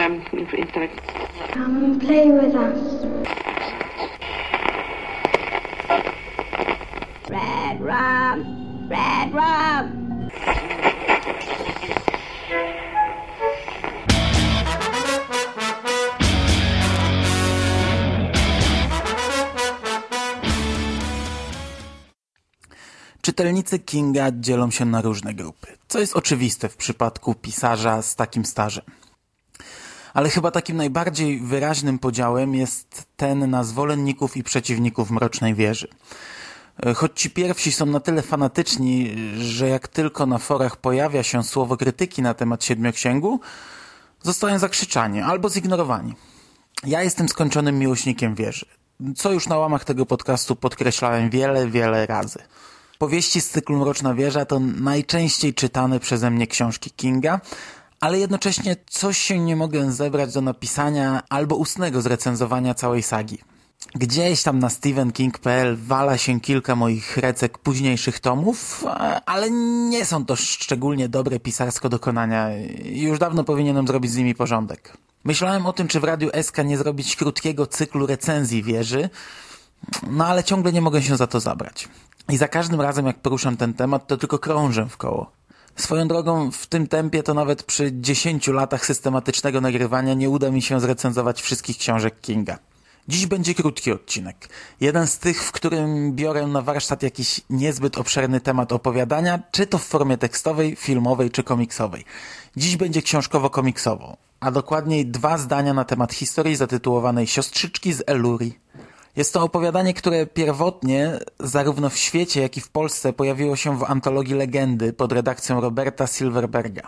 Come and play with us. Red rum, red rum. Czytelnicy Kinga dzielą się na różne grupy, co jest oczywiste w przypadku pisarza z takim stażem. Ale chyba takim najbardziej wyraźnym podziałem jest ten na zwolenników i przeciwników Mrocznej Wieży. Choć ci pierwsi są na tyle fanatyczni, że jak tylko na forach pojawia się słowo krytyki na temat Siedmioksięgu, zostają zakrzyczani albo zignorowani. Ja jestem skończonym miłośnikiem wieży, co już na łamach tego podcastu podkreślałem wiele razy. Powieści z cyklu Mroczna Wieża to najczęściej czytane przeze mnie książki Kinga, ale jednocześnie coś się nie mogę zebrać do napisania albo ustnego zrecenzowania całej sagi. Gdzieś tam na stephenking.pl wala się kilka moich recek późniejszych tomów, ale nie są to szczególnie dobre pisarsko dokonania. Już dawno powinienem zrobić z nimi porządek. Myślałem o tym, czy w Radiu SK nie zrobić krótkiego cyklu recenzji wieży, no ale ciągle nie mogę się za to zabrać. I za każdym razem, jak poruszam ten temat, to tylko krążę w koło. Swoją drogą, w tym tempie to nawet przy 10 latach systematycznego nagrywania nie uda mi się zrecenzować wszystkich książek Kinga. Dziś będzie krótki odcinek. Jeden z tych, w którym biorę na warsztat jakiś niezbyt obszerny temat opowiadania, czy to w formie tekstowej, filmowej czy komiksowej. Dziś będzie książkowo-komiksowo, a dokładniej 2 zdania na temat historii zatytułowanej Siostrzyczki z Elurii. Jest to opowiadanie, które pierwotnie zarówno w świecie, jak i w Polsce pojawiło się w antologii Legendy pod redakcją Roberta Silverberga.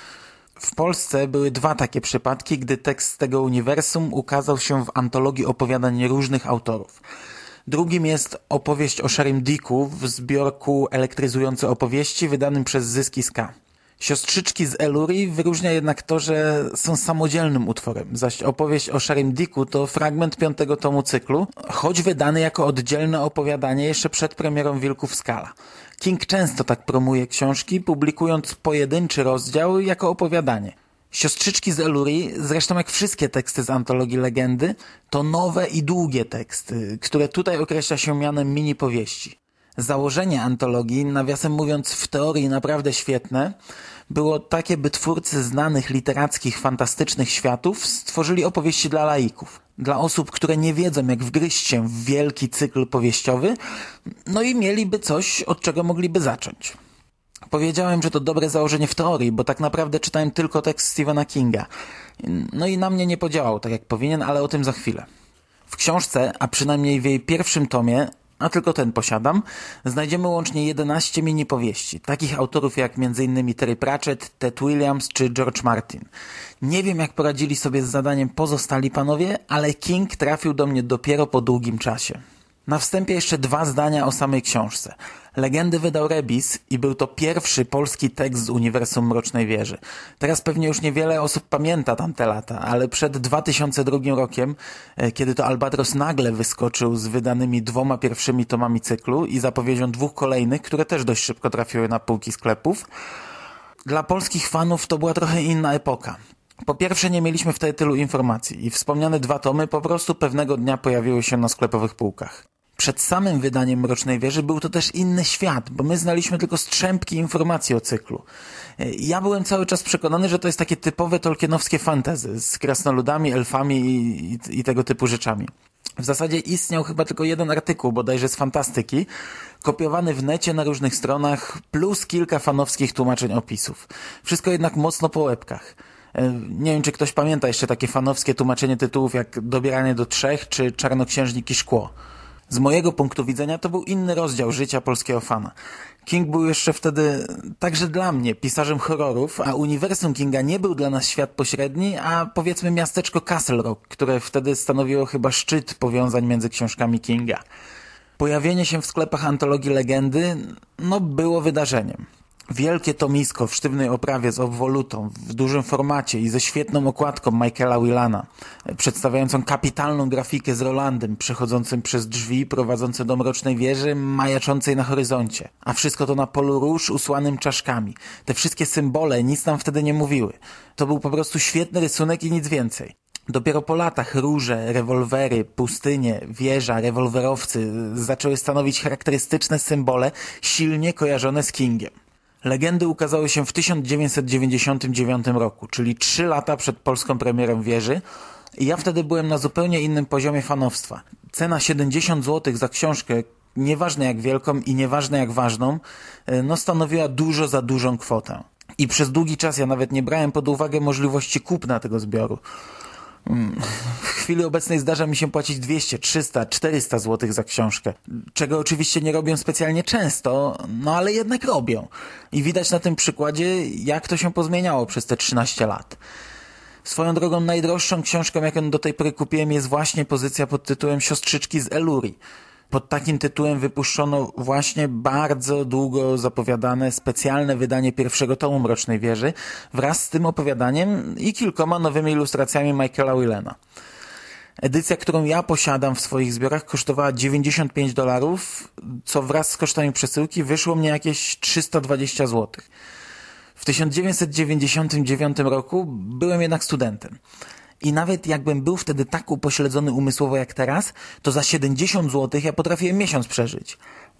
W Polsce były 2 takie przypadki, gdy tekst tego uniwersum ukazał się w antologii opowiadań różnych autorów. Drugim jest opowieść o Sherrym Dicku w zbiorku Elektryzujące opowieści wydanym przez Zyski Ska. Siostrzyczki z Elurii wyróżnia jednak to, że są samodzielnym utworem, zaś opowieść o Sherrym Dicku to fragment 5. tomu cyklu, choć wydany jako oddzielne opowiadanie jeszcze przed premierą Wilków Skala. King często tak promuje książki, publikując pojedynczy rozdział jako opowiadanie. Siostrzyczki z Elurii, zresztą jak wszystkie teksty z antologii Legendy, to nowe i długie teksty, które tutaj określa się mianem mini powieści. Założenie antologii, nawiasem mówiąc w teorii naprawdę świetne, było takie, by twórcy znanych literackich, fantastycznych światów stworzyli opowieści dla laików. Dla osób, które nie wiedzą, jak wgryźć się w wielki cykl powieściowy, no i mieliby coś, od czego mogliby zacząć. Powiedziałem, że to dobre założenie w teorii, bo tak naprawdę czytałem tylko tekst Stephena Kinga. No i na mnie nie podziałał tak jak powinien, ale o tym za chwilę. W książce, a przynajmniej w jej pierwszym tomie, a tylko ten posiadam, znajdziemy łącznie 11 mini powieści, takich autorów jak m.in. Terry Pratchett, Ted Williams czy George Martin. Nie wiem, jak poradzili sobie z zadaniem pozostali panowie, ale King trafił do mnie dopiero po długim czasie. Na wstępie jeszcze 2 zdania o samej książce. Legendy wydał Rebis i był to pierwszy polski tekst z uniwersum Mrocznej Wieży. Teraz pewnie już niewiele osób pamięta tamte lata, ale przed 2002 rokiem, kiedy to Albatros nagle wyskoczył z wydanymi 2 pierwszymi tomami cyklu i zapowiedzią 2 kolejnych, które też dość szybko trafiły na półki sklepów, dla polskich fanów to była trochę inna epoka. Po pierwsze, nie mieliśmy wtedy tylu informacji i wspomniane 2 tomy po prostu pewnego dnia pojawiły się na sklepowych półkach. Przed samym wydaniem Mrocznej Wieży był to też inny świat, bo my znaliśmy tylko strzępki informacji o cyklu. Ja byłem cały czas przekonany, że to jest takie typowe tolkienowskie fantasy z krasnoludami, elfami i tego typu rzeczami. W zasadzie istniał chyba tylko 1 artykuł, bodajże z fantastyki, kopiowany w necie na różnych stronach, plus kilka fanowskich tłumaczeń opisów. Wszystko jednak mocno po łebkach. Nie wiem, czy ktoś pamięta jeszcze takie fanowskie tłumaczenie tytułów jak Dobieranie do 3 czy Czarnoksiężnik i Szkło. Z mojego punktu widzenia to był inny rozdział życia polskiego fana. King był jeszcze wtedy, także dla mnie, pisarzem horrorów, a uniwersum Kinga nie był dla nas świat pośredni, a powiedzmy miasteczko Castle Rock, które wtedy stanowiło chyba szczyt powiązań między książkami Kinga. Pojawienie się w sklepach antologii Legendy, było wydarzeniem. Wielkie tomisko w sztywnej oprawie z obwolutą, w dużym formacie i ze świetną okładką Michaela Whelana, przedstawiającą kapitalną grafikę z Rolandem przechodzącym przez drzwi prowadzące do mrocznej wieży majaczącej na horyzoncie. A wszystko to na polu róż usłanym czaszkami. Te wszystkie symbole nic nam wtedy nie mówiły. To był po prostu świetny rysunek i nic więcej. Dopiero po latach róże, rewolwery, pustynie, wieża, rewolwerowcy zaczęły stanowić charakterystyczne symbole silnie kojarzone z Kingiem. Legendy ukazały się w 1999 roku, czyli 3 lata przed polską premierą wieży i ja wtedy byłem na zupełnie innym poziomie fanowstwa. Cena 70 zł za książkę, nieważne jak wielką i nieważne jak ważną, stanowiła dużo za dużą kwotę. I przez długi czas ja nawet nie brałem pod uwagę możliwości kupna tego zbioru. W chwili obecnej zdarza mi się płacić 200, 300, 400 zł za książkę, czego oczywiście nie robią specjalnie często, ale jednak robią. I widać na tym przykładzie, jak to się pozmieniało przez te 13 lat. Swoją drogą najdroższą książką, jaką do tej pory kupiłem, jest właśnie pozycja pod tytułem Siostrzyczki z Elurii. Pod takim tytułem wypuszczono właśnie bardzo długo zapowiadane specjalne wydanie pierwszego tomu Mrocznej Wieży wraz z tym opowiadaniem i kilkoma nowymi ilustracjami Michaela Whelana. Edycja, którą ja posiadam w swoich zbiorach, kosztowała $95, co wraz z kosztami przesyłki wyszło mnie jakieś 320 zł. W 1999 roku byłem jednak studentem. I nawet jakbym był wtedy tak upośledzony umysłowo jak teraz, to za 70 zł ja potrafiłem miesiąc przeżyć.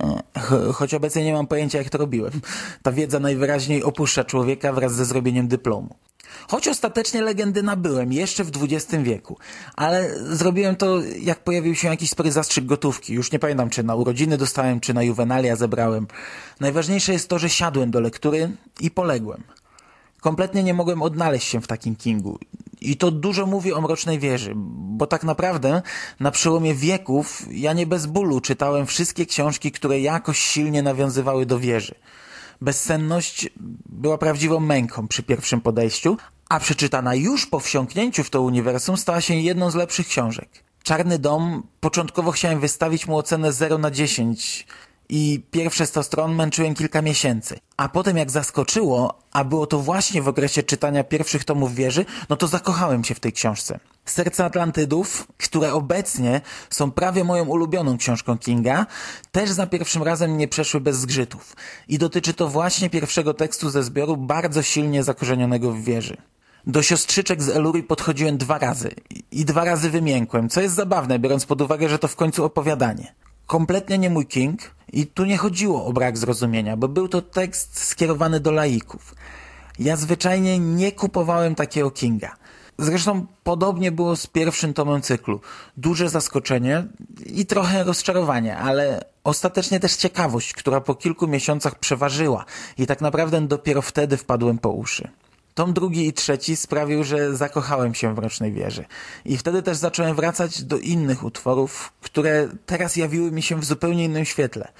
Choć obecnie nie mam pojęcia, jak to robiłem. Ta wiedza najwyraźniej opuszcza człowieka wraz ze zrobieniem dyplomu. Choć ostatecznie legendy nabyłem jeszcze w XX wieku, ale zrobiłem to, jak pojawił się jakiś spory zastrzyk gotówki. Już nie pamiętam, czy na urodziny dostałem, czy na juwenalia zebrałem. Najważniejsze jest to, że siadłem do lektury i poległem. Kompletnie nie mogłem odnaleźć się w takim Kingu. I to dużo mówi o Mrocznej Wieży, bo tak naprawdę na przełomie wieków ja nie bez bólu czytałem wszystkie książki, które jakoś silnie nawiązywały do wieży. Bezsenność była prawdziwą męką przy pierwszym podejściu, a przeczytana już po wsiąknięciu w to uniwersum stała się jedną z lepszych książek. Czarny Dom, początkowo chciałem wystawić mu ocenę 0/10 i pierwsze 100 stron męczyłem kilka miesięcy. A potem jak zaskoczyło, a było to właśnie w okresie czytania pierwszych tomów wieży, to zakochałem się w tej książce. Serce Atlantydów, które obecnie są prawie moją ulubioną książką Kinga, też za pierwszym razem nie przeszły bez zgrzytów. I dotyczy to właśnie pierwszego tekstu ze zbioru bardzo silnie zakorzenionego w wieży. Do Siostrzyczek z Elurii podchodziłem 2 razy i 2 razy wymiękłem, co jest zabawne, biorąc pod uwagę, że to w końcu opowiadanie. Kompletnie nie mój King i tu nie chodziło o brak zrozumienia, bo był to tekst skierowany do laików. Ja zwyczajnie nie kupowałem takiego Kinga. Zresztą podobnie było z pierwszym tomem cyklu. Duże zaskoczenie i trochę rozczarowanie, ale ostatecznie też ciekawość, która po kilku miesiącach przeważyła i tak naprawdę dopiero wtedy wpadłem po uszy. Tom 2 i 3 sprawił, że zakochałem się w Mrocznej Wieży. I wtedy też zacząłem wracać do innych utworów, które teraz jawiły mi się w zupełnie innym świetle.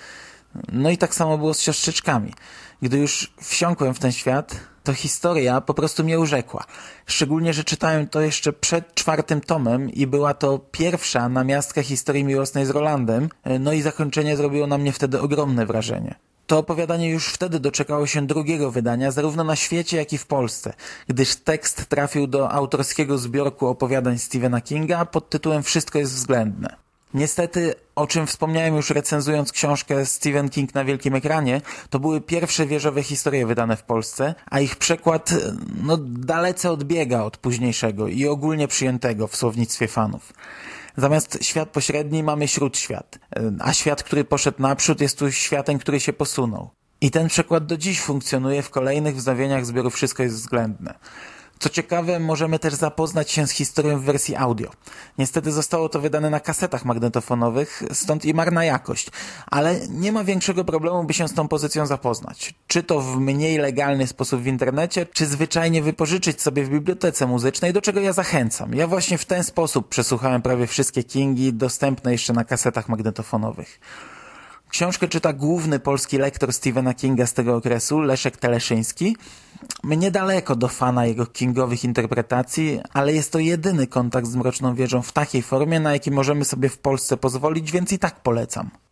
I tak samo było z Siostrzyczkami. Gdy już wsiąkłem w ten świat, to historia po prostu mnie urzekła. Szczególnie, że czytałem to jeszcze przed 4. tomem i była to pierwsza namiastka historii miłosnej z Rolandem, i zakończenie zrobiło na mnie wtedy ogromne wrażenie. To opowiadanie już wtedy doczekało się 2. wydania, zarówno na świecie, jak i w Polsce, gdyż tekst trafił do autorskiego zbiorku opowiadań Stephena Kinga pod tytułem Wszystko jest względne. Niestety, o czym wspomniałem już recenzując książkę Stephen King na wielkim ekranie, to były pierwsze wieżowe historie wydane w Polsce, a ich przekład dalece odbiega od późniejszego i ogólnie przyjętego w słownictwie fanów. Zamiast świat pośredni mamy śródświat, a świat, który poszedł naprzód, jest tu światem, który się posunął. I ten przekład do dziś funkcjonuje w kolejnych wznowieniach zbioru Wszystko jest względne. Co ciekawe, możemy też zapoznać się z historią w wersji audio. Niestety zostało to wydane na kasetach magnetofonowych, stąd i marna jakość. Ale nie ma większego problemu, by się z tą pozycją zapoznać. Czy to w mniej legalny sposób w internecie, czy zwyczajnie wypożyczyć sobie w bibliotece muzycznej, do czego ja zachęcam. Ja właśnie w ten sposób przesłuchałem prawie wszystkie Kingi dostępne jeszcze na kasetach magnetofonowych. Książkę czyta główny polski lektor Stephena Kinga z tego okresu, Leszek Teleszyński. Mnie daleko do fana jego kingowych interpretacji, ale jest to jedyny kontakt z Mroczną Wieżą w takiej formie, na jaki możemy sobie w Polsce pozwolić, więc i tak polecam.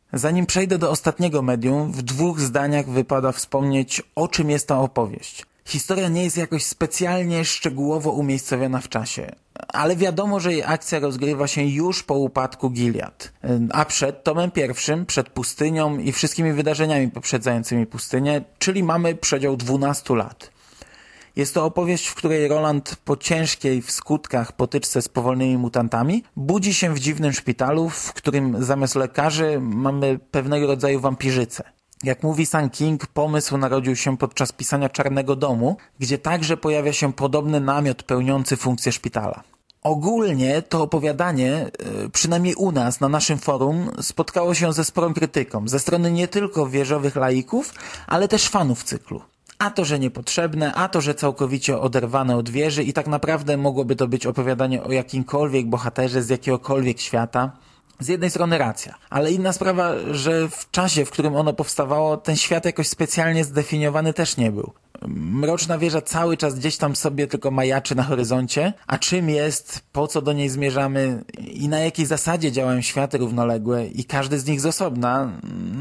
Zanim przejdę do ostatniego medium, w 2 zdaniach wypada wspomnieć, o czym jest ta opowieść. Historia nie jest jakoś specjalnie szczegółowo umiejscowiona w czasie, ale wiadomo, że jej akcja rozgrywa się już po upadku Gilead, a przed tomem 1, przed pustynią i wszystkimi wydarzeniami poprzedzającymi pustynię, czyli mamy przedział 12 lat. Jest to opowieść, w której Roland po ciężkiej w skutkach potyczce z powolnymi mutantami budzi się w dziwnym szpitalu, w którym zamiast lekarzy mamy pewnego rodzaju wampirzycę. Jak mówi sam King, pomysł narodził się podczas pisania Czarnego Domu, gdzie także pojawia się podobny namiot pełniący funkcję szpitala. Ogólnie to opowiadanie, przynajmniej u nas, na naszym forum, spotkało się ze sporą krytyką, ze strony nie tylko wieżowych laików, ale też fanów cyklu. A to, że niepotrzebne, a to, że całkowicie oderwane od wieży i tak naprawdę mogłoby to być opowiadanie o jakimkolwiek bohaterze z jakiegokolwiek świata. Z jednej strony racja, ale inna sprawa, że w czasie, w którym ono powstawało, ten świat jakoś specjalnie zdefiniowany też nie był. Mroczna wieża cały czas gdzieś tam sobie tylko majaczy na horyzoncie, a czym jest, po co do niej zmierzamy i na jakiej zasadzie działają światy równoległe i każdy z nich z osobna,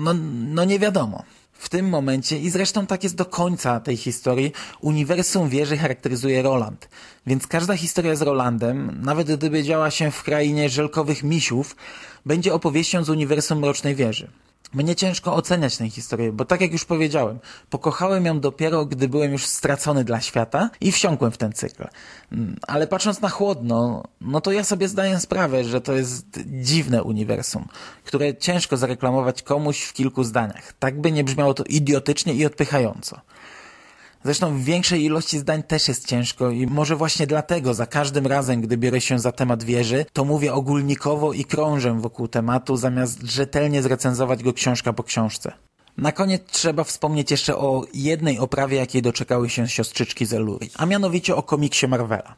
no nie wiadomo. W tym momencie, i zresztą tak jest do końca tej historii, uniwersum wieży charakteryzuje Roland. Więc każda historia z Rolandem, nawet gdyby działa się w krainie żelkowych misiów, będzie opowieścią z uniwersum Mrocznej Wieży. Mnie ciężko oceniać tę historię, bo tak jak już powiedziałem, pokochałem ją dopiero, gdy byłem już stracony dla świata i wsiąkłem w ten cykl. Ale patrząc na chłodno, no to ja sobie zdaję sprawę, że to jest dziwne uniwersum, które ciężko zareklamować komuś w kilku zdaniach. Tak by nie brzmiało to idiotycznie i odpychająco. Zresztą w większej ilości zdań też jest ciężko i może właśnie dlatego za każdym razem, gdy biorę się za temat wieży, to mówię ogólnikowo i krążę wokół tematu, zamiast rzetelnie zrecenzować go książka po książce. Na koniec trzeba wspomnieć jeszcze o jednej oprawie, jakiej doczekały się siostrzyczki z Elurii, a mianowicie o komiksie Marvela.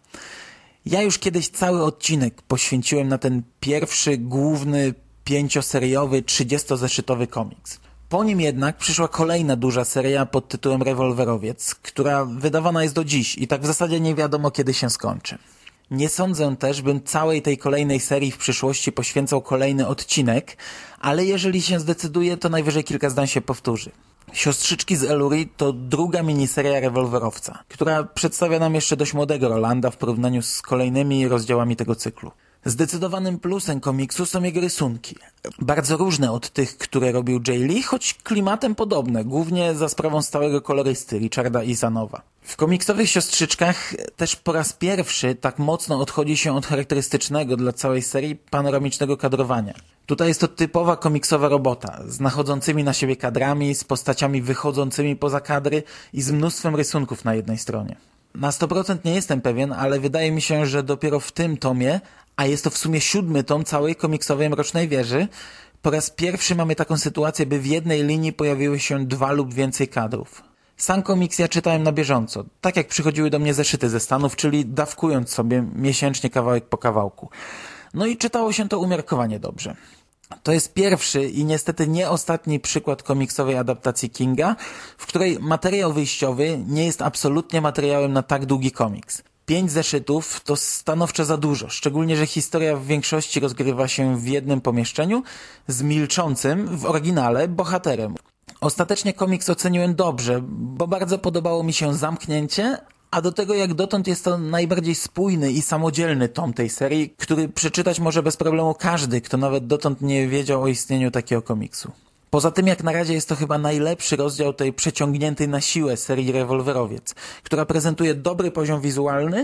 Ja już kiedyś cały odcinek poświęciłem na ten pierwszy, główny, 5-seriowy, 30-zeszytowy komiks. Po nim jednak przyszła kolejna duża seria pod tytułem Rewolwerowiec, która wydawana jest do dziś i tak w zasadzie nie wiadomo, kiedy się skończy. Nie sądzę też, bym całej tej kolejnej serii w przyszłości poświęcał kolejny odcinek, ale jeżeli się zdecyduje, to najwyżej kilka zdań się powtórzy. Siostrzyczki z Elurii to druga miniseria Rewolwerowca, która przedstawia nam jeszcze dość młodego Rolanda w porównaniu z kolejnymi rozdziałami tego cyklu. Zdecydowanym plusem komiksu są jego rysunki. Bardzo różne od tych, które robił Jay Lee, choć klimatem podobne, głównie za sprawą stałego kolorysty Richarda Isanowa. W komiksowych siostrzyczkach też po raz pierwszy tak mocno odchodzi się od charakterystycznego dla całej serii panoramicznego kadrowania. Tutaj jest to typowa komiksowa robota, z nachodzącymi na siebie kadrami, z postaciami wychodzącymi poza kadry i z mnóstwem rysunków na jednej stronie. Na 100% nie jestem pewien, ale wydaje mi się, że dopiero w tym tomie, a jest to w sumie 7. tom całej komiksowej Mrocznej Wieży, po raz pierwszy mamy taką sytuację, by w jednej linii pojawiły się 2 lub więcej kadrów. Sam komiks ja czytałem na bieżąco, tak jak przychodziły do mnie zeszyty ze Stanów, czyli dawkując sobie miesięcznie kawałek po kawałku. No i czytało się to umiarkowanie dobrze. To jest pierwszy i niestety nie ostatni przykład komiksowej adaptacji Kinga, w której materiał wyjściowy nie jest absolutnie materiałem na tak długi komiks. 5 zeszytów to stanowczo za dużo, szczególnie, że historia w większości rozgrywa się w jednym pomieszczeniu z milczącym, w oryginale, bohaterem. Ostatecznie komiks oceniłem dobrze, bo bardzo podobało mi się zamknięcie, a do tego jak dotąd jest to najbardziej spójny i samodzielny tom tej serii, który przeczytać może bez problemu każdy, kto nawet dotąd nie wiedział o istnieniu takiego komiksu. Poza tym jak na razie jest to chyba najlepszy rozdział tej przeciągniętej na siłę serii Rewolwerowiec, która prezentuje dobry poziom wizualny,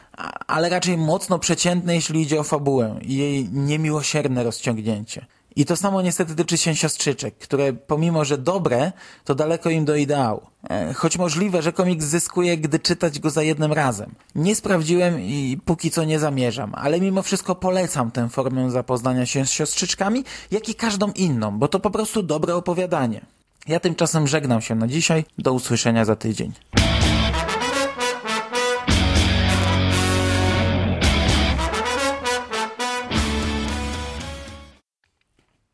ale raczej mocno przeciętny, jeśli idzie o fabułę i jej niemiłosierne rozciągnięcie. I to samo niestety tyczy się siostrzyczek, które pomimo, że dobre, to daleko im do ideału. Choć możliwe, że komiks zyskuje, gdy czytać go za jednym razem. Nie sprawdziłem i póki co nie zamierzam, ale mimo wszystko polecam tę formę zapoznania się z siostrzyczkami, jak i każdą inną, bo to po prostu dobre opowiadanie. Ja tymczasem żegnam się na dzisiaj, do usłyszenia za tydzień.